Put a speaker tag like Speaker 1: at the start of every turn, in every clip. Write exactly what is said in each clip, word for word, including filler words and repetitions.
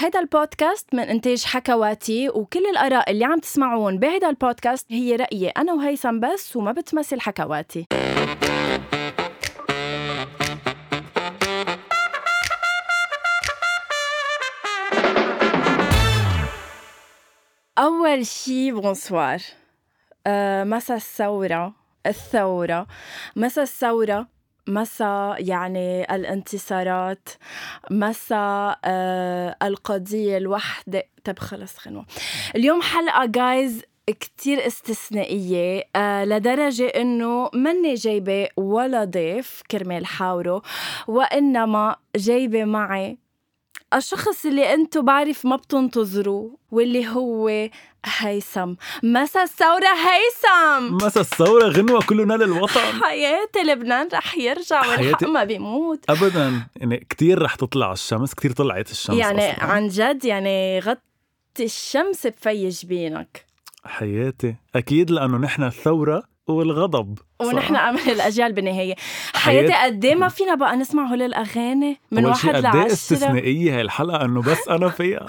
Speaker 1: هيدا البودكاست من إنتاج حكواتي، وكل الآراء اللي عم تسمعون بهيدا البودكاست هي رأيي أنا وهيثم بس، وما بتمثل حكواتي. أول شي بونسوار. أه مسا الثورة الثورة مسا الثورة مسا يعني الانتصارات، مسا أه القضية الوحدة. طب خلص خلوة اليوم حلقة جايز كتير استثنائية، أه لدرجة إنه مني جايبة ولا ضيف كرمال حاوره، وإنما جايبة معي الشخص اللي انتو بعرف ما بتنتظروا، واللي هو هيثم. مسا الثورة هيثم.
Speaker 2: مسا الثورة غنوة كلنا للوطن.
Speaker 1: حياتي لبنان رح يرجع والحق ما بيموت
Speaker 2: أبدا. يعني كتير رح تطلع الشمس، كتير طلعت الشمس
Speaker 1: يعني
Speaker 2: أصلاً.
Speaker 1: عن جد يعني غطي الشمس بفيج بينك
Speaker 2: حياتي. أكيد لأنه نحن الثورة والغضب،
Speaker 1: ونحن أمل الأجيال بالنهاية. حياتي قدي ما فينا بقى نسمع هول الأغاني من واحد لعشرة.
Speaker 2: استثنائية هاي الحلقة إنه بس أنا فيها.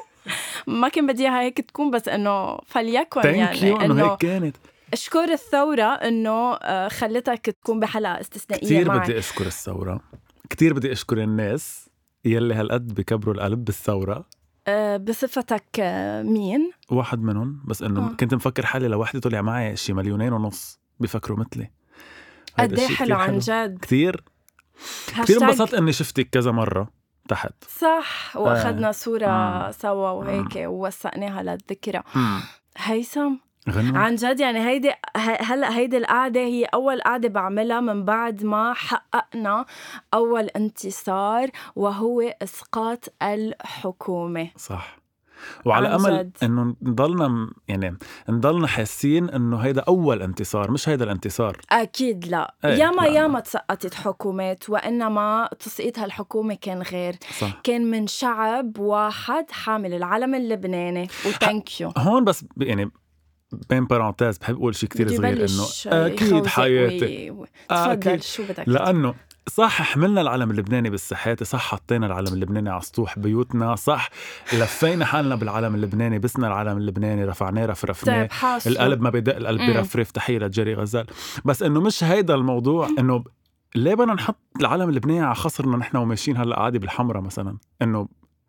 Speaker 1: ما كان بدي هيك تكون، بس إنه فليكن
Speaker 2: يعني
Speaker 1: إنه
Speaker 2: هيك كانت.
Speaker 1: أشكر الثورة إنه خلتك تكون بحلقة استثنائية
Speaker 2: كتير
Speaker 1: معي.
Speaker 2: بدي أشكر الثورة، كتير بدي أشكر الناس يلي هالقد بكبروا القلب بالثورة.
Speaker 1: أه بصفتك مين؟
Speaker 2: واحد منهم، بس إنه
Speaker 1: آه.
Speaker 2: كنت مفكر حالي لوحدي طلع معي شي مليونين ونص بيفكروا مثلي.
Speaker 1: قد حلو عن جد.
Speaker 2: كتير كتير انبسطت اني شفتك كذا مرة تحت.
Speaker 1: صح، واخدنا
Speaker 2: آه.
Speaker 1: صورة
Speaker 2: مم.
Speaker 1: سوا وهيك ووثقناها للذكرى.
Speaker 2: مم.
Speaker 1: هيثم
Speaker 2: غنوة.
Speaker 1: عن جد يعني هيدي هلا هيدي القعدة هي أول قعدة بعملها من بعد ما حققنا أول انتصار، وهو إسقاط الحكومة.
Speaker 2: صح. وعلى أمل إنه نضلنا يعني نضلنا حاسين إنه هيدا أول انتصار، مش هيدا الانتصار.
Speaker 1: أكيد لا.
Speaker 2: ايه
Speaker 1: ياما
Speaker 2: لا.
Speaker 1: ياما تسقطت حكومات، وإنما تسقيط هالحكومة كان غير.
Speaker 2: صح.
Speaker 1: كان من شعب واحد حامل العلم اللبناني. وتانكيو.
Speaker 2: هون بس يعني بين بارانتاز بحب أقول شيء كتير صغير، إنه أكيد حياتي
Speaker 1: تفضل شو بدك.
Speaker 2: لأنه صح حملنا العلم اللبناني بالساحات، صح حطينا العلم اللبناني على سطوح بيوتنا، صح لفينا حالنا بالعلم اللبناني، بسنا العلم اللبناني، رفعناه رفرفناه. القلب ما بدق القلب برفرف. تحية لجيري غزال. بس إنه مش هيدا الموضوع. إنه ليه بدنا نحط العلم اللبناني على خصرنا نحن وماشيين هلا عادي بالحمرة مثلا؟ إنه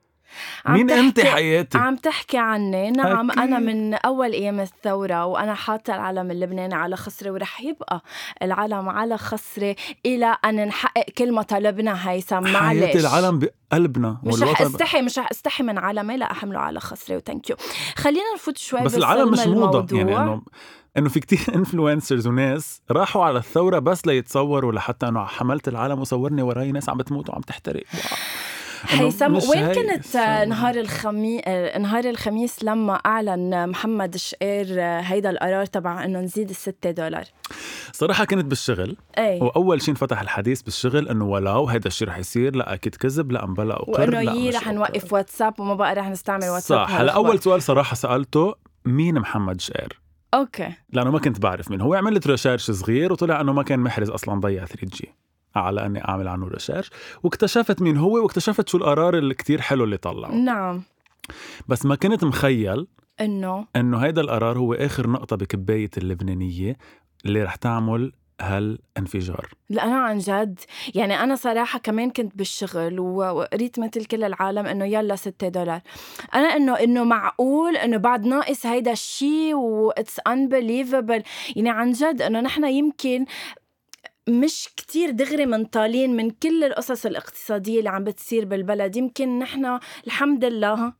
Speaker 2: مين أنت حياتي؟
Speaker 1: عم تحكي عني. نعم
Speaker 2: أكيد.
Speaker 1: أنا من أول أيام الثورة وأنا حاطة العلم اللبناني على خصري، ورح يبقى العلم على خصري إلى أن نحقق كل مطالبنا. هيثم معلش،
Speaker 2: حياتي العلم بقلبنا.
Speaker 1: مش رح استحي مش رح استحي من علمي لا أحمله على خصري. وتانكيو. خلينا نفوت شوي
Speaker 2: بس العلم مش موضة. يعني
Speaker 1: الموضوع.
Speaker 2: إنه إنه في كتير إنفلونسرز وناس راحوا على الثورة بس ليتصوروا، لحتى إنه حملت العلم وصورني وراي ناس عم بتموت وعم تحترق.
Speaker 1: هيثم وين كنت نهار الخميس نهار الخميس لما أعلن محمد شقير هيدا القرار تبع إنه نزيد الستة دولار؟
Speaker 2: صراحة كنت بالشغل.
Speaker 1: أي.
Speaker 2: وأول شيء انفتح الحديث بالشغل إنه ولو هيدا الشيء رح يصير، لا أكيد كذب، لا مبلا أقر،
Speaker 1: وإنه يي رح نوقف واتساب وما بقى رح نستعمل واتساب.
Speaker 2: صح. هلا أول سؤال صراحة سألته مين محمد شقير؟
Speaker 1: أوكي.
Speaker 2: لأنه ما كنت بعرف مين هو. عملت ريسيرش صغير وطلع إنه ما كان محرز أصلاً ضيع ثري جي على أني أعمل عنه ريسيرش، واكتشفت مين هو، واكتشفت شو القرار اللي كتير حلو اللي طلعه.
Speaker 1: نعم. بس
Speaker 2: ما كنت مخيل
Speaker 1: إنه
Speaker 2: إنه هيدا القرار هو آخر نقطة بكباية اللبنانية اللي رح تعمل هالانفجار.
Speaker 1: لا أنا عن جد يعني أنا صراحة كمان كنت بالشغل وقريت مثل كل العالم إنه يلا ستة دولار. أنا إنه إنه معقول إنه بعد ناقص هيدا الشيء و it's unbelievable. يعني عن جد إنه نحنا يمكن مش كتير دغري منطالين من كل القصص الاقتصادية اللي عم بتصير بالبلد. يمكن نحنا الحمد لله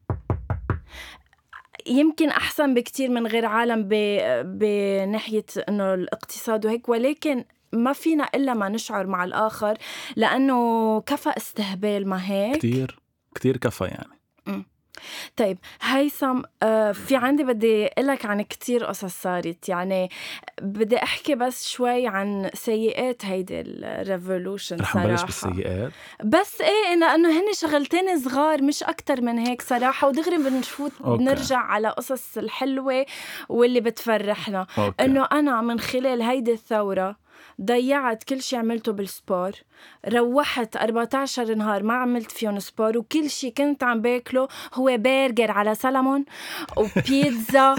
Speaker 1: يمكن أحسن بكتير من غير عالم بناحية إنه الاقتصاد وهيك، ولكن ما فينا إلا ما نشعر مع الآخر، لأنه كفى استهبال. ما هيك
Speaker 2: كتير كتير كفى يعني.
Speaker 1: م. طيب هيثم، آه في عندي بدي أقولك عن كتير قصص صارت. يعني بدي أحكي بس شوي عن سيئات هيدي الريفولوشن.
Speaker 2: رح نبلش بالسيئات
Speaker 1: بس إيه إنه إنه هني شغلتين صغار مش أكتر من هيك صراحة، ودغري بنشوت بنرجع على قصص الحلوة واللي بتفرحنا.
Speaker 2: أوكي.
Speaker 1: إنه أنا من خلال هيدي الثورة ضيعت كل شي عملته بالسبور، روحت أربعة عشر نهار ما عملت فيهم سبور، وكل شي كنت عم باكله هو برجر على سلمون وبيتزا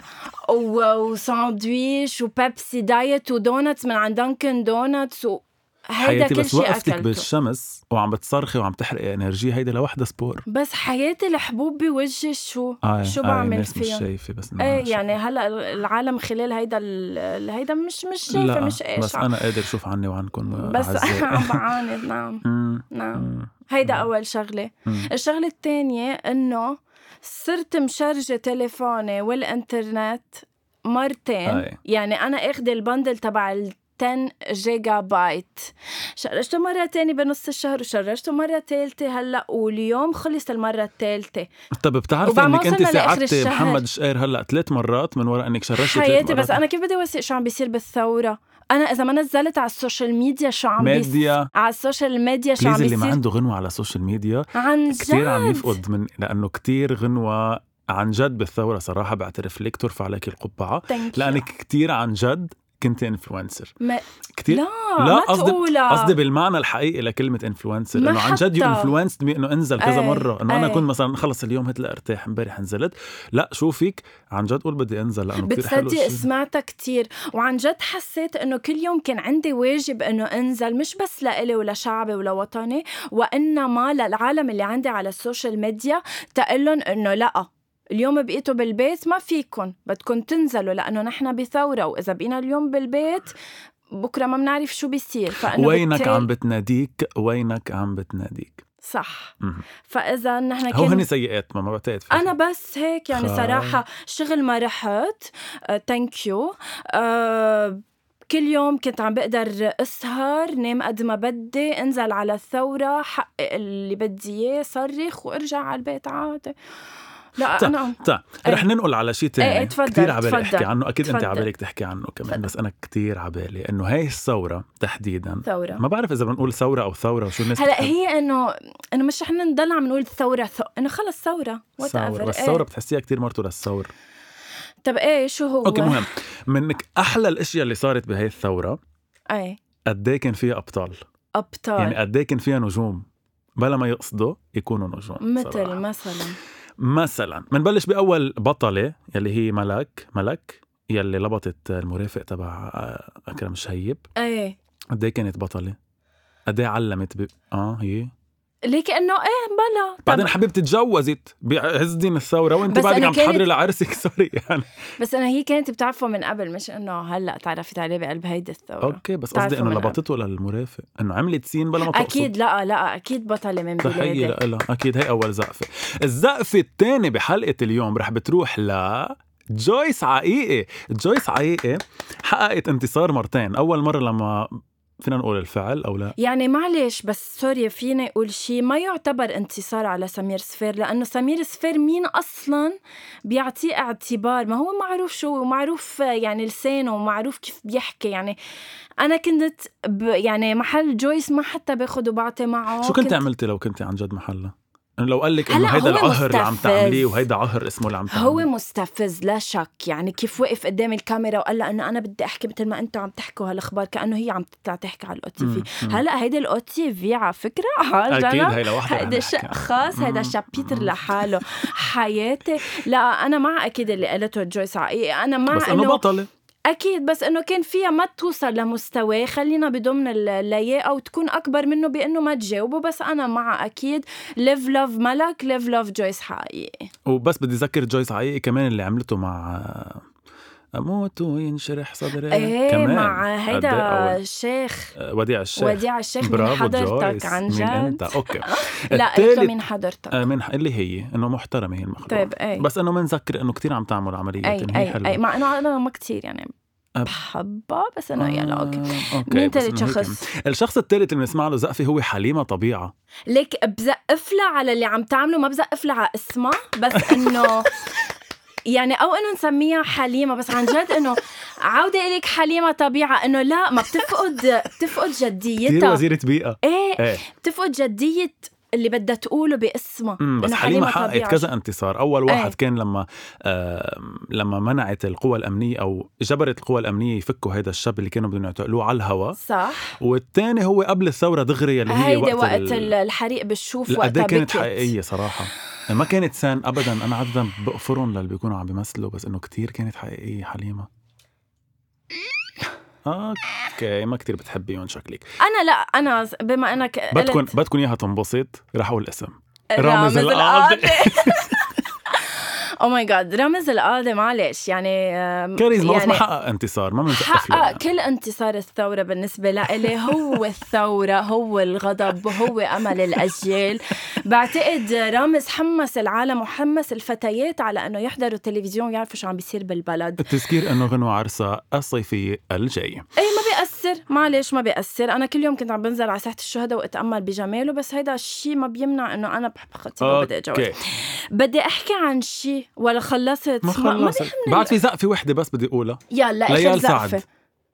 Speaker 1: وساندويش وبيبسي دايت ودونتس من عند دانكن دونتس و...
Speaker 2: حياتي بس وقفتك بالشمس وعم بتصرخي وعم تحرقي انرجي، هيدا لوحدة سبور.
Speaker 1: بس حياتي الحبوب بوجهي شو آه شو آه بعمل فيهم؟
Speaker 2: مش شايفة بس
Speaker 1: ايه يعني هلا العالم خلال هيدا هيدا مش مش شايفة مش ايش،
Speaker 2: بس انا قادر اشوف عني وعنكم
Speaker 1: بس عم بعاني. نعم نعم. هيدا اول شغلة. الشغلة الثانية انه صرت مشارجة تليفوني والانترنت مرتين. آه. يعني انا اخذ البندل تبع ال عشرة جيجا بايت، شرجته مرة تاني بنص الشهر وشرجته مرة ثالثة هلأ، واليوم خلص المرة الثالثة.
Speaker 2: طب بتعرفي انك انت ساعدتي محمد شقير هلأ ثلاث مرات من وراء انك شرجتي
Speaker 1: حياتي. بس انا كيف بدي اوثق شو عم بيصير بالثورة؟ انا اذا ما نزلت على السوشيال ميديا شو عم بيصير على السوشيال ميديا شو عم بيصير.
Speaker 2: اللي ما عنده غنوة على السوشيال ميديا
Speaker 1: عن
Speaker 2: كتير عم يفقد من، لانه كتير غنوة عن جد بالثورة صراحة. بعترف لك ترفع عليك القبعة لانك كتير عن جد كنت انفلونسر.
Speaker 1: ما...
Speaker 2: كتير
Speaker 1: لا
Speaker 2: لا
Speaker 1: قصدي
Speaker 2: قصدي بالمعنى الحقيقي لكلمة انفلونسر، انه عن جد يو انفلونسد مي، انه انزل كذا
Speaker 1: أي.
Speaker 2: مرة، انه
Speaker 1: أي.
Speaker 2: انا كنت مثلا خلص اليوم هتلاقي ارتاح امبارح نزلت، لا شوفيك عن جد قول بدي انزل لانه كتير حلو.
Speaker 1: بتصدق سمعتها كتير وعن جد حسيت انه كل يوم كان عندي واجب انه انزل، مش بس لإلي ولا شعبي ولا وطني، وانما للعالم اللي عندي على السوشيال ميديا، تقلن انه لا اليوم بقيتوا بالبيت ما فيكن، بدكن تنزلوا لأنه نحن بثورة، وإذا بقينا اليوم بالبيت بكرة ما بنعرف شو بيصير.
Speaker 2: وينك
Speaker 1: بالتالي...
Speaker 2: عم بتناديك وينك عم بتناديك
Speaker 1: صح.
Speaker 2: م-
Speaker 1: فإذا نحن
Speaker 2: هو هني سيئات ما ما بعتقد فيه.
Speaker 1: أنا بس هيك يعني خ... صراحة شغل ما رحت ثانك يو. أه كل يوم كنت عم بقدر أسهر نام قد ما بدي، انزل على الثورة حقق اللي بدي إياه، صرخ وارجع على البيت عادي. لا
Speaker 2: تا
Speaker 1: أنا
Speaker 2: تا رح ننقل على شيء تاني
Speaker 1: ايه
Speaker 2: كتير عبالي أحكي عنه، أكيد
Speaker 1: تفضل.
Speaker 2: أنت عبالك تحكي عنه كمان تفضل. بس أنا كتير عبالي إنه هاي الثورة تحديدا
Speaker 1: ثورة.
Speaker 2: ما بعرف إذا بنقول ثورة أو ثورة وشو الناس
Speaker 1: هلأ هي إنه إنه مش رح نضل عم نقول ثورة ثو... إنه خلص ثورة
Speaker 2: ثورة. بس الثورة ايه. بتحسيها كتير مرته للثور.
Speaker 1: طب إيه شو هو؟
Speaker 2: أوكي مهم منك أحلى الأشياء اللي صارت بهاي الثورة
Speaker 1: أي
Speaker 2: قديه كان فيها أبطال
Speaker 1: أبطال
Speaker 2: يعني قديه كان فيها نجوم بلا ما يقصدوا يكونوا نجوم.
Speaker 1: مثل
Speaker 2: صراحة.
Speaker 1: مثلا
Speaker 2: مثلا منبلش بأول بطلة يلي هي ملك ملك يلي لبطت المرافق تبع أكرم الشهيب.
Speaker 1: ايه
Speaker 2: قديه كانت بطلة، قديه علمت ب... اه هي
Speaker 1: ليك انه ايه بلا.
Speaker 2: بعدين حبيبتي تجوزت بعز دين الثوره وانت بعدك عم تحضري لعرسك سوري يعني.
Speaker 1: بس انا هي كانت بتعرفه من قبل، مش انه هلا تعرفت عليه بقلب هيدي الثوره.
Speaker 2: اوكي بس قصدي انه لبطته للمرافق، انه عملت سين بلا ما تقصد.
Speaker 1: اكيد لا لا اكيد بطله من بلادي.
Speaker 2: تحيه لا لا اكيد. هي اول زقفه. الزقفه الثانيه بحلقه اليوم رح بتروح ل جويس عقيقي. جويس عقيقي حققت انتصار مرتين. اول مره لما فينا نقول الفعل أو لا
Speaker 1: يعني معلش بس سوري فينا يقول شيء ما يعتبر انتصار على سمير سفير، لأنه سمير سفير مين أصلاً بيعطيه اعتبار؟ ما هو معروف شو معروف يعني لسانه ومعروف كيف بيحكي. يعني أنا كنت ب يعني محل جويس ما حتى باخد وبعطي معه.
Speaker 2: شو كنت, كنت عملتي لو كنت عن جد محله؟ لو قال لك انه هيدا العهر اللي عم تعمليه وهيدا عهر اسمه اللي عم تعمليه.
Speaker 1: هو مستفز لا شك. يعني كيف وقف قدام الكاميرا وقال لها انه انا بدي احكي مثل ما انتم عم تحكوا هالاخبار، كانه هي عم تطلع تحكي على الاو تي في. هلا هيدا الاو تي في على فكره
Speaker 2: اكيد هي لوحدها
Speaker 1: هيدا خاص، هيدا شابيتر لحاله. حياتي لا انا مع اكيد اللي قالته جويس عقيقي. انا مع
Speaker 2: بس انه بطله
Speaker 1: أكيد، بس إنه كان فيها ما توصل لمستوى خلينا بضمن اللياقة وتكون أكبر منه بإنه ما تجاوبه. بس أنا مع أكيد live love ملك live love جويس حقيقي.
Speaker 2: وبس بدي أذكر جويس حقيقي كمان اللي عملته مع أموت وينشرح صدري
Speaker 1: ايه
Speaker 2: كمان
Speaker 1: مع هيدا الشيخ
Speaker 2: وديع الشيخ.
Speaker 1: وديع الشيخ من حضرتك عن جد.
Speaker 2: من انت اوكي
Speaker 1: لا قلت من حضرتك
Speaker 2: من اللي هي انه محترمه هي المخلوق.
Speaker 1: طيب ايه.
Speaker 2: بس انه منذكر انه كتير عم تعمل عمليات
Speaker 1: أي
Speaker 2: هي
Speaker 1: حلوه. اي مع انه انا ما كتير يعني بحبها بس انه آه يلا اوكي. مين ثالث شخص؟
Speaker 2: الشخص الثالث اللي بنسمع له زقفه هو حليمه طبيعه.
Speaker 1: ليك بزقف لها على اللي عم تعمله، ما بزقف لها على اسمها. بس انه يعني او انه نسميها حليمه، بس عن جد انه عوده اليك حليمه طبيعه. انه لا ما بتفقد بتفقد جديتها.
Speaker 2: كثير وزيره بيئه.
Speaker 1: ايه, ايه. بتفقد جديه اللي بدها تقوله باسمها.
Speaker 2: بس حليمة حققت كذا انتصار. أول واحد أي. كان لما آه لما منعت القوى الأمنية أو جبرت القوى الأمنية يفكوا هيدا الشاب اللي كانوا بدهم يعتقلوه على الهواء.
Speaker 1: صح.
Speaker 2: والتاني هو قبل الثورة دغري اللي هي وقت,
Speaker 1: وقت الحريق بالشوف.
Speaker 2: وقتها كانت حقيقية صراحة. ما كانت سان أبدا. أنا عادة بقفرهم للي بيكونوا عم بيمثلوا، بس إنه كتير كانت حقيقية حليمة. اوكي ما كتير بتحبيهم شكلك.
Speaker 1: انا لا انا بما انك
Speaker 2: بدكن بدكن اياها تنبسط رح اقول اسم
Speaker 1: رامز القاضي. او ماي جاد رامز القاضي معلش يعني
Speaker 2: كاريزما
Speaker 1: يعني
Speaker 2: ما حقق انتصار ما بنسقف له
Speaker 1: حقق يعني. كل انتصار الثورة بالنسبة لإلي هو الثورة، هو الغضب، هو أمل الأجيال. بعتقد رامز حمس العالم وحمس الفتيات على أنه يحضروا التلفزيون يعرفوا شو عم بيصير بالبلد.
Speaker 2: التذكير أنه غنوة عرسها الصيفية الجاي.
Speaker 1: أي ما بيأثر معلش ما بيأثر. أنا كل يوم كنت عم بنزل على ساحة الشهداء وأتأمل بجماله، بس هيدا الشيء ما بيمنع أنه أنا بحب خطيبه وبدي أتجوز. بدي أحكي عن شيء ولا خلصت؟
Speaker 2: ما خلصت. بعد في زقفة وحدة بس بدي أقولها.
Speaker 1: يلا
Speaker 2: ليال سعد.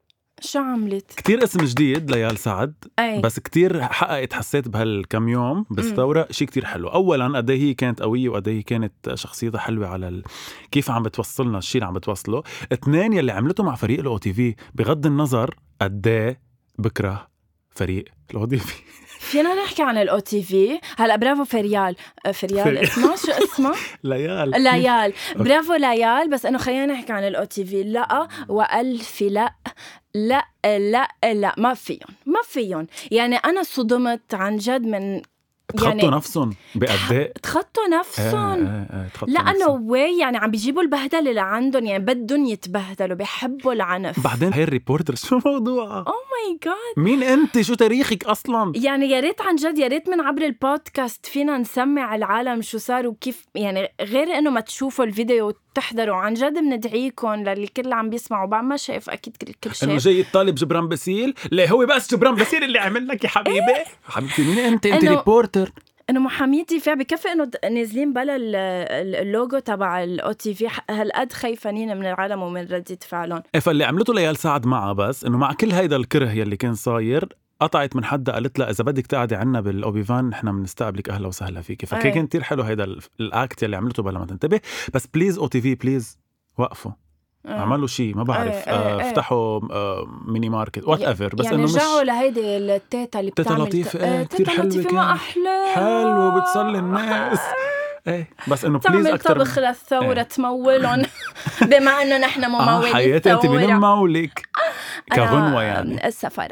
Speaker 1: شو عملت؟
Speaker 2: كتير اسم جديد ليال سعد.
Speaker 1: أي.
Speaker 2: بس كتير حققت حسيت بهالكم يوم بالثورة شيء كتير حلو. أولا قد هي كانت قوية وقد هي كانت شخصيتها حلوة على ال... كيف عم بتوصلنا الشيء اللي عم بتوصله. اثنين يلي عملته مع فريق الأو تي في بغض النظر قد بكره فريق الأو تي في.
Speaker 1: فينا نحكي عن الأو تي في هلا. برافو فريال فريال اسمه شو اسمه؟
Speaker 2: ليال
Speaker 1: ليال برافو ليال. بس انه خلينا نحكي عن الأو تي في. لا والف لا لا لا لا ما فيهم ما فيهم يعني. انا صدمت عن جد من
Speaker 2: تخطوا
Speaker 1: يعني
Speaker 2: نفسهم بأداء
Speaker 1: تخطوا نفسهم.
Speaker 2: آه آه آه
Speaker 1: لأنه واي يعني عم بيجيبوا البهدل اللي عندهم يعني بدهم يتبهدلوا بيحبوا العنف.
Speaker 2: بعدين هاي الريبورتر شو موضوعها؟
Speaker 1: أوه ماي جاد
Speaker 2: مين أنت شو تاريخك أصلا؟
Speaker 1: يعني يا ريت عن جد يا ريت من عبر البودكاست فينا نسمع العالم شو صار وكيف يعني غير إنه ما تشوفوا الفيديو وتحضروا. عن جد بندعيكم للي كل عم بيسمعوا بعد ما شايف أكيد كل كل شيء
Speaker 2: إنه جاي الطالب جبران باسيل. لا هو بس جبران باسيل اللي عمل لك يا حبيبي. حبيبتي مين أنت؟ أنت ريبورتر.
Speaker 1: انه محاميتي فيها بكفي انه نازلين بلا اللوجو تبع الاو تي في. هالقد خايفانين من العالم ومن ردة فعلهم.
Speaker 2: فاللي عملته ليال سعد معها بس انه مع كل هيدا الكره يلي كان صاير قطعت من حدا قالت لها اذا بدك تقعدي عنا بالاوبيفان نحن بنستقبلك اهلا وسهلا فيكي. فكان كان كتير حلو هيدا الاكت يلي عملته بلا ما تنتبه. بس بليز او تي في بليز وقفوا. أه. عملوا شيء ما بعرف. أه. أه. افتحوا أه ميني ماركت وات ايفر. بس
Speaker 1: يعني
Speaker 2: انه مش
Speaker 1: رجعوا لهيدي التيتا اللي بتعمل
Speaker 2: تيتا لطيفة. اه كتير حلوة.
Speaker 1: لطيفة ما احلى
Speaker 2: حلوة بتصلي الناس. ايه بس انه بليز اكثر
Speaker 1: طبخ للثورة. ايه. تمولهم بما انه نحن ممولين.
Speaker 2: آه حياتي انت مين ممولك كغنوة يعني
Speaker 1: السفارة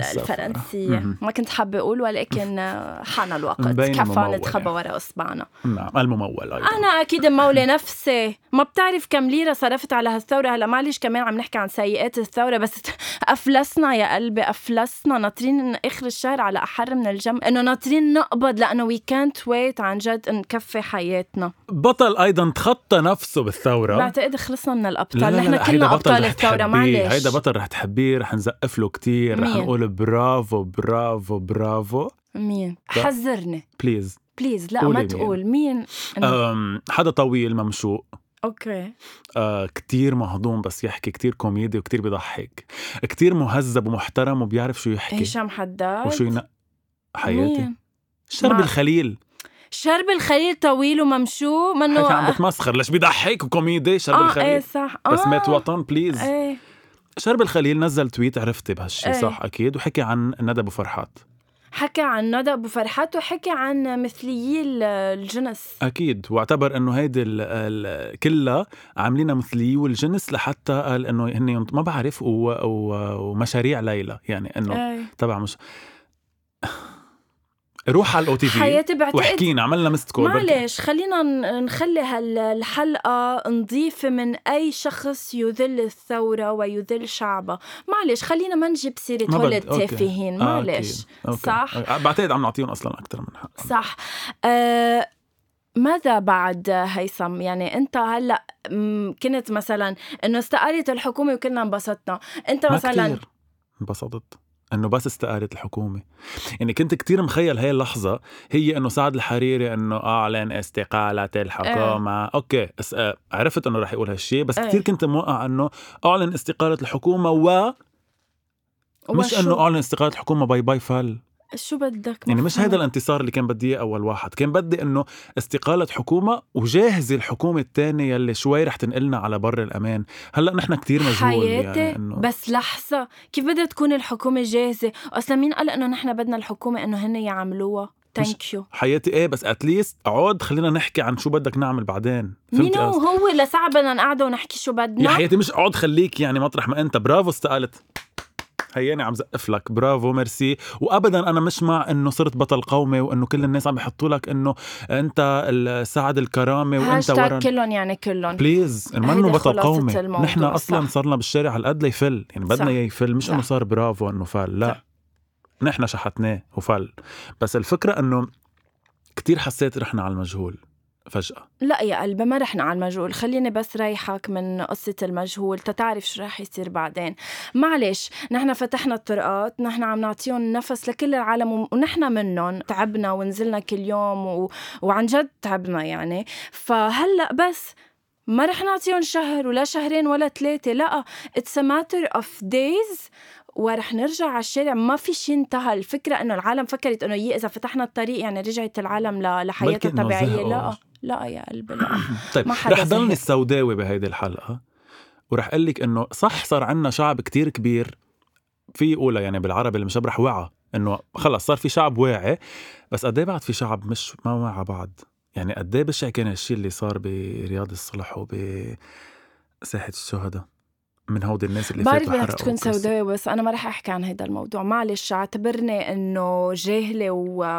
Speaker 1: الفرنسية. ما كنت حابة اقول ولكن حان الوقت كفى نتخبى وراء اصبعنا.
Speaker 2: نعم الممول أيضا.
Speaker 1: انا اكيد ممولة نفسي. ما بتعرف كم ليرة صرفت على هالثورة. هلا معلش كمان عم نحكي عن سيئات الثورة بس افلسنا يا قلبي افلسنا. ناطرين اخر الشهر على احر من الجم انه ناطرين نقبض لانه وي كانت ويت عن جد نكفي حياتنا.
Speaker 2: بطل ايضا تخطى نفسه بالثوره.
Speaker 1: بعتقد خلصنا من الابطال. نحن كلنا ابطال الثوره. معلش
Speaker 2: هيدا بطل رح تحبيه رح نزقف له كتير. رح نقول برافو برافو برافو.
Speaker 1: مين؟ حذرني
Speaker 2: بليز
Speaker 1: بليز. لا ما تقول مين.
Speaker 2: أم حدا طويل ممشوق.
Speaker 1: اوكي.
Speaker 2: آه كتير مهضوم بس يحكي كتير كوميدي وكتير بيضحك كتير مهذب ومحترم وبيعرف شو يحكي.
Speaker 1: هشام حداد
Speaker 2: وشو ينق حياتي. شرب مع... الخليل.
Speaker 1: شرب الخليل طويل وممشوق منه.
Speaker 2: حكي عم بتمسخر ليش بيضحك وكوميدي. شرب
Speaker 1: آه
Speaker 2: الخليل.
Speaker 1: ايه صح.
Speaker 2: آه. بس مات وطن بليز.
Speaker 1: ايه.
Speaker 2: شرب الخليل نزل تويت عرفتي بهالشي. ايه. صح اكيد. وحكي عن ندى ابو فرحات. حكى
Speaker 1: عن ندى ابو فرحات وحكي عن مثليي الجنس
Speaker 2: اكيد. واعتبر انه هيدي ال كلها عاملينها مثليي والجنس لحتى قال انه هن ما بعرف ومشاريع ليلى يعني انه تبع مش روح على الاو تي في واحكينا عملنا مست كول.
Speaker 1: معلش خلينا نخلي هالحلقه نضيف من اي شخص يذل الثوره ويذل شعبه. معلش خلينا ما نجيب سيره هول التافهين. معلش
Speaker 2: آه صح. بعتقد عم نعطيهم اصلا اكثر من حق.
Speaker 1: صح. آه ماذا بعد هيثم؟ يعني انت هلا كنت مثلا انه استقالت الحكومه وكلنا انبسطنا. انت مثلا
Speaker 2: كتير انبسطت انه بس استقالت الحكومه. يعني كنت كتير مخيل هاي اللحظه هي انه سعد الحريري انه اعلن استقاله الحكومه. اه. اوكي أس... آه. عرفت انه رح يقول هالشي بس اه. كتير كنت موقع انه اعلن استقاله الحكومه و مش انه اعلن استقاله الحكومه باي باي فال.
Speaker 1: شو بدك
Speaker 2: يعني مش هيدا الانتصار اللي كان بدي اياه اول واحد. كان بدي انه استقالة حكومة وجاهزة الحكومة الثانية اللي شوي رح تنقلنا على بر الامان. هلا نحن كتير مجهول
Speaker 1: حياتي
Speaker 2: يعني إنه
Speaker 1: بس لحظة، كيف بدها تكون الحكومة جاهزة؟ اصلا مين قال انه نحن بدنا الحكومة انه هن يعملوها؟ ثانك يو
Speaker 2: حياتي. ايه بس اتليست اقعد خلينا نحكي عن شو بدك نعمل بعدين.
Speaker 1: مين هو هو لساعة بدنا نقعد ونحكي شو بدنا؟
Speaker 2: يا حياتي مش اقعد خليك يعني مطرح ما انت. برافو استقالت، هياني عم زقف لك، برافو ميرسي. وابدا انا مش مع انه صرت بطل قومي وانه كل الناس عم يحطوا لك انه انت السعد الكرامه وانت ورا
Speaker 1: كلهم يعني كلهم
Speaker 2: بليز. منه بطل قومي، نحن اصلا
Speaker 1: صح.
Speaker 2: صرنا بالشارع على قد ليفل يعني بدنا اياه يفل، مش
Speaker 1: صح.
Speaker 2: انه صار برافو انه فل، لا صح. نحن شحتناه وفل. بس الفكره انه كتير حسيت رحنا على المجهول فجأة.
Speaker 1: لا يا قلبي ما رحنا على المجهول، خليني بس ريحك من قصة المجهول تتعرف شو رح يصير بعدين. معلش نحن فتحنا الطرقات، نحن عم نعطيهم نفس لكل العالم ونحن منهم تعبنا ونزلنا كل يوم و... وعن جد تعبنا يعني. فهلأ بس ما رح نعطيهم شهر ولا شهرين ولا ثلاثة، لا it's a matter of days ورح نرجع على الشارع. ما في شيء انتهى. الفكرة انه العالم فكرت انه إذا فتحنا الطريق يعني رجعت العالم لحياتها الطبيعية. لا لا يا قلبي لا.
Speaker 2: طيب رح ضلني السوداوي بهيدي الحلقة ورح قلك انه صح صار عنا شعب كتير كبير في أولى يعني بالعربي اللي مش برح وعى انه خلص صار في شعب واعي، بس قديه بعد في شعب مش ما وعى بعد. يعني قديه بشع كان الشيء اللي صار برياض الصلح وبساحة الشهداء من هودي الناس اللي
Speaker 1: بعرف بدك تكون سوداوي بس أنا ما رح أحكي عن هذا الموضوع. معلش اعتبرني إنه جاهلة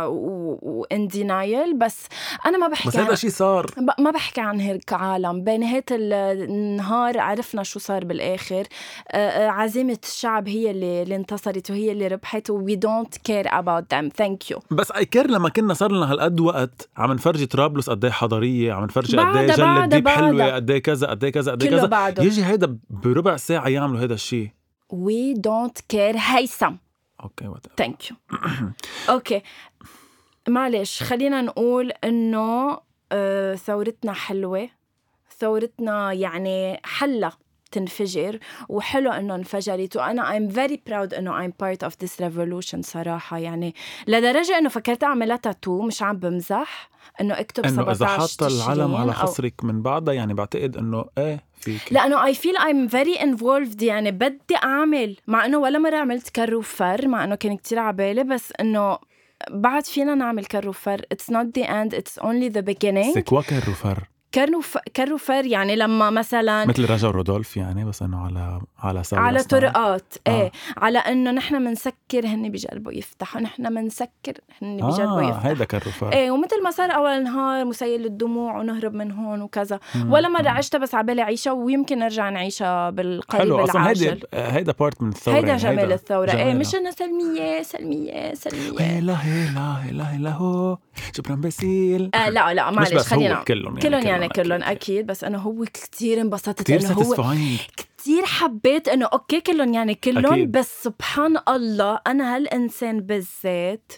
Speaker 1: واندينايل، بس أنا ما بحكي
Speaker 2: بس هذا شيء صار.
Speaker 1: ب... ما بحكي عن هيك عالم. بنهاية النهار عرفنا شو صار بالآخر. آه عزيمة الشعب هي اللي, اللي انتصرت وهي اللي ربحت و we don't care about them thank you.
Speaker 2: بس I care لما كنا صار لنا هالقد وقت عم نفرجي طرابلس قد ايه حضارية، عم نفرجي قد ايه جلة ديب حلوة، قد ايه كذا قد ايه كذا قد ايه كذا بعده. يجي هيدا بربع ساعة يعملوا هيدا الشيء.
Speaker 1: we don't care هيثم.
Speaker 2: اوكي وات
Speaker 1: thank you. اوكي معلش خلينا نقول انه آه ثورتنا حلوة، ثورتنا يعني حلة تنفجر وحلو انه انفجرت. وانا I'm very proud انه I'm part of this revolution صراحة. يعني لدرجة انه فكرت اعملها تاتو، مش عم بمزح، انه اكتب
Speaker 2: انه اذا حاطه العلم على خصرك من بعدها يعني بعتقد انه ايه فيك.
Speaker 1: لانه I feel I'm very involved يعني بدي اعمل، مع انه ولا مرة عملت كر وفر مع انه كان كتير عبالي، بس انه بعد فينا نعمل كر وفر. it's not the end it's only the beginning.
Speaker 2: سكوا كر وفر
Speaker 1: كرنوف كروفر يعني لما مثلا
Speaker 2: مثل رجا رودولف يعني، بس انه على على
Speaker 1: على طرقات آه. ايه على انه نحن منسكر هن بيجربوا يفتحوا، نحن منسكر هن بيجربوا
Speaker 2: آه
Speaker 1: يفتحوا.
Speaker 2: هيدا كروفر
Speaker 1: ايه ومثل ما صار اول نهار مسيل الدموع ونهرب من هون وكذا. مم. ولا مرة عشتها بس عبالي عيشة ويمكن نرجع نعيشها بالقريب
Speaker 2: حلو.
Speaker 1: العاجل.
Speaker 2: اصلا هيدا هيدا بارت من الثورة،
Speaker 1: هيدا جمال هيدا الثورة. ايه مش انه سلمية سلمية سلمية
Speaker 2: لا لا لا لا هو شكرا بسيل
Speaker 1: آه لا لا معلش خلينا
Speaker 2: كلهم
Speaker 1: يعني كلهم يعني كلهم اكيد. بس انا هو كتير انبسطت
Speaker 2: كتير
Speaker 1: انه هو كتير حبيت انه اوكي كلهم يعني كلهم، بس سبحان الله انا هالانسان بالذات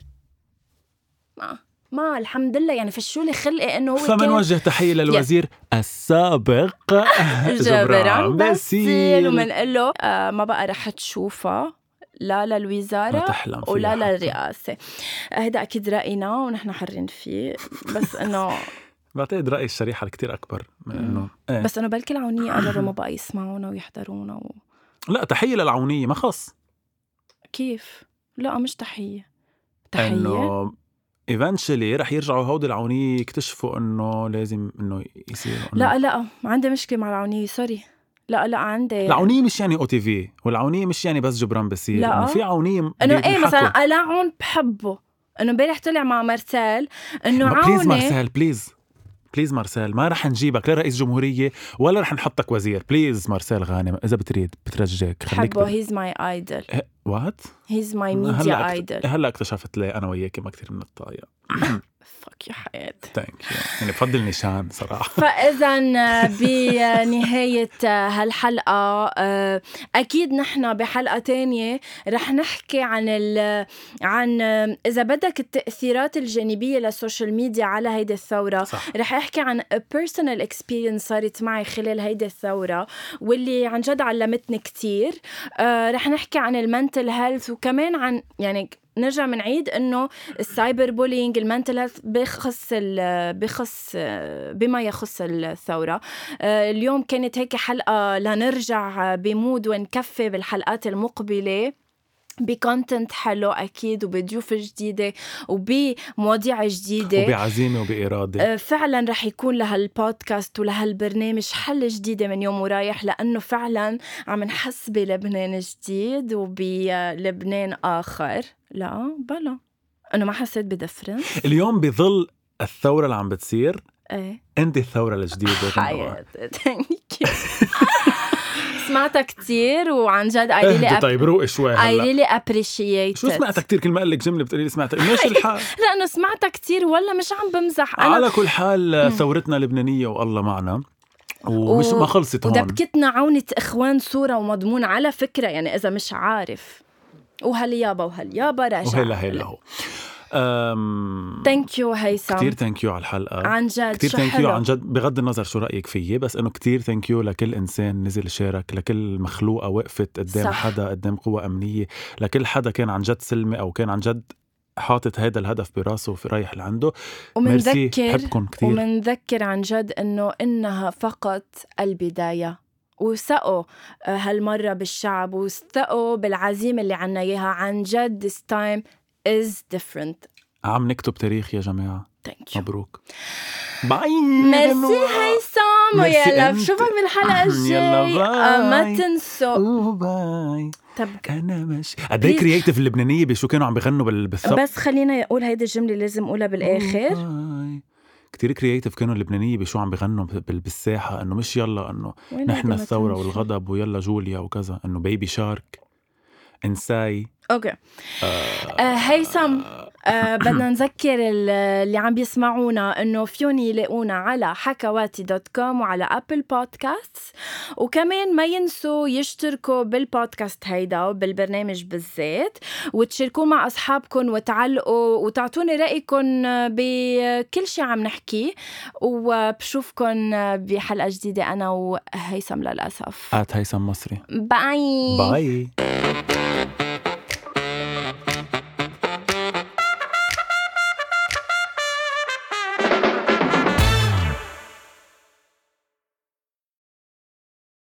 Speaker 1: ما ما الحمد لله يعني فشوا لي خلقي انه هو
Speaker 2: فمن وجه تحيه للوزير yeah. السابق جبران باسيل
Speaker 1: ومنقول له آه ما بقى رح تشوفها لا للوزارة ولا للرئاسة. هذا أكيد رأينا ونحن حرين فيه، بس إنه
Speaker 2: بعتقد رأي الشريحة الكتير أكبر من إنه
Speaker 1: ايه. بس إنه بلكي العونية قرروا ما بقى يسمعونا ويحضرونا و...
Speaker 2: لا تحية للعونية ما خص.
Speaker 1: كيف؟ لا مش تحية تحية
Speaker 2: إنه eventually رح يرجعوا هود العونية يكتشفوا إنه لازم إنه يصير إنه
Speaker 1: لا لا عندي مشكلة مع العونية سوري. لا لا عندي
Speaker 2: العونية مش يعني او تي في، والعونية مش يعني بس جبران باسيل. انه في عونية
Speaker 1: انه ايه مثلا ألاعون بحبه. انه امبارح طلع مع مارسيل انه عوني
Speaker 2: بليز مارسيل بليز بليز مارسيل ما رح نجيبك لا رئيس جمهورية ولا رح نحطك وزير. بليز مارسيل غانم اذا بتريد بترجيك خليك
Speaker 1: بحبه. هيز ماي ايدل.
Speaker 2: وات
Speaker 1: هيز ماي ميديا ايدل.
Speaker 2: هلا اكتشفت لي انا وياكي ما كتير من الطاية.
Speaker 1: فك يا حياتي
Speaker 2: ثانك يو يعني بفضل نشان صراحة.
Speaker 1: فإذا بنهاية هالحلقة أكيد نحن بحلقة تانية رح نحكي عن ال عن إذا بدك التأثيرات الجانبية للسوشيال ميديا على هيدي الثورة. صح. رح أحكي عن personal experience صارت معي خلال هيدي الثورة واللي عن جد علمتني كتير. رح نحكي عن المنتل المنتل هيلث، وكمان عن يعني نرجع منعيد إنه السايبر بولينج المنتل هيلث بخص بخص بما يخص الثورة. اليوم كانت هيك حلقة لنرجع بمود ونكفي بالحلقات المقبلة بكونتنت حلو أكيد، وبضيوف جديدة وبمواضيع جديدة
Speaker 2: وبعزيمة وبإرادة.
Speaker 1: فعلا رح يكون لهالبودكاست ولهالبرنامج حل جديدة من يوم ورايح، لأنه فعلا عم نحس بلبنان جديد وبلبنان آخر. لا بلا أنا ما حسيت بدفرنس
Speaker 2: اليوم بظل الثورة اللي عم بتصير.
Speaker 1: ايه
Speaker 2: انت الثورة الجديدة.
Speaker 1: حياتي سمعتها كتير وعن جد I really
Speaker 2: أب... طيب روق شوي
Speaker 1: I really appreciate
Speaker 2: شو سمعتها كتير؟ كل ما قال لك جملة بتقولي لي سمعتها. ماشي الحال
Speaker 1: لأنه سمعتها كتير ولا مش عم بمزح
Speaker 2: أنا. على كل حال ثورتنا لبنانية والله معنا ومش و... ما خلصت هون.
Speaker 1: ودبكتنا عونة إخوان صورة ومضمون على فكرة، يعني إذا مش عارف وهاليابا وهاليابا راجع
Speaker 2: وهلا هلا هو أم...
Speaker 1: thank you هيثم
Speaker 2: كتير thank you على الحلقة
Speaker 1: عن جد.
Speaker 2: كتير thank you عن جد بغض النظر شو رأيك فيي، بس إنه كتير thank you لكل إنسان نزل شارك، لكل مخلوقة وقفت قدام صح. حدا قدام قوة أمنية، لكل حدا كان عن جد سلمي أو كان عن جد حاطت هيدا الهدف براسه وفي رايح لعنده.
Speaker 1: ومنذكر ومنذكر عن جد إنه إنها فقط البداية، وثقوا هالمرة بالشعب وثقوا بالعزيمة اللي عنا إياها. عن جد this time is different.
Speaker 2: عم نكتب تاريخ يا جماعة.
Speaker 1: Thank you.
Speaker 2: مبروك. باي.
Speaker 1: ميرسي هيثم، ويلا بشوفك بالحلقة الجاية. ما تنسوا
Speaker 2: باي. طب أنا ماشي. قدي كرياتيف اللبنانية بشو كانوا عم بيغنوا بالثورة.
Speaker 1: بس خلينا أقول هيدا الجملة لازم أقولها بالآخر.
Speaker 2: كتير كرياتيف كانوا اللبنانية بشو عم بيغنوا بالساحة، إنه مش يلا إنه نحن الثورة والغضب ويلا جوليا وكذا، إنه بيبي شارك إنساي.
Speaker 1: أوكي. آه هيثم آه بدنا نذكر اللي عم بيسمعونا إنه فيون يلاقونا على حكواتي دوت كوم وعلى أبل بودكاست، وكمان ما ينسوا يشتركوا بالبودكاست هيدا وبالبرنامج بالذات، وتشاركوا مع أصحابكم وتعلقوا وتعطوني رأيكم بكل شيء عم نحكي. وبشوفكم بحلقة جديدة أنا وهيثم للأسف.
Speaker 2: آت هيثم مصري.
Speaker 1: باي
Speaker 2: باي.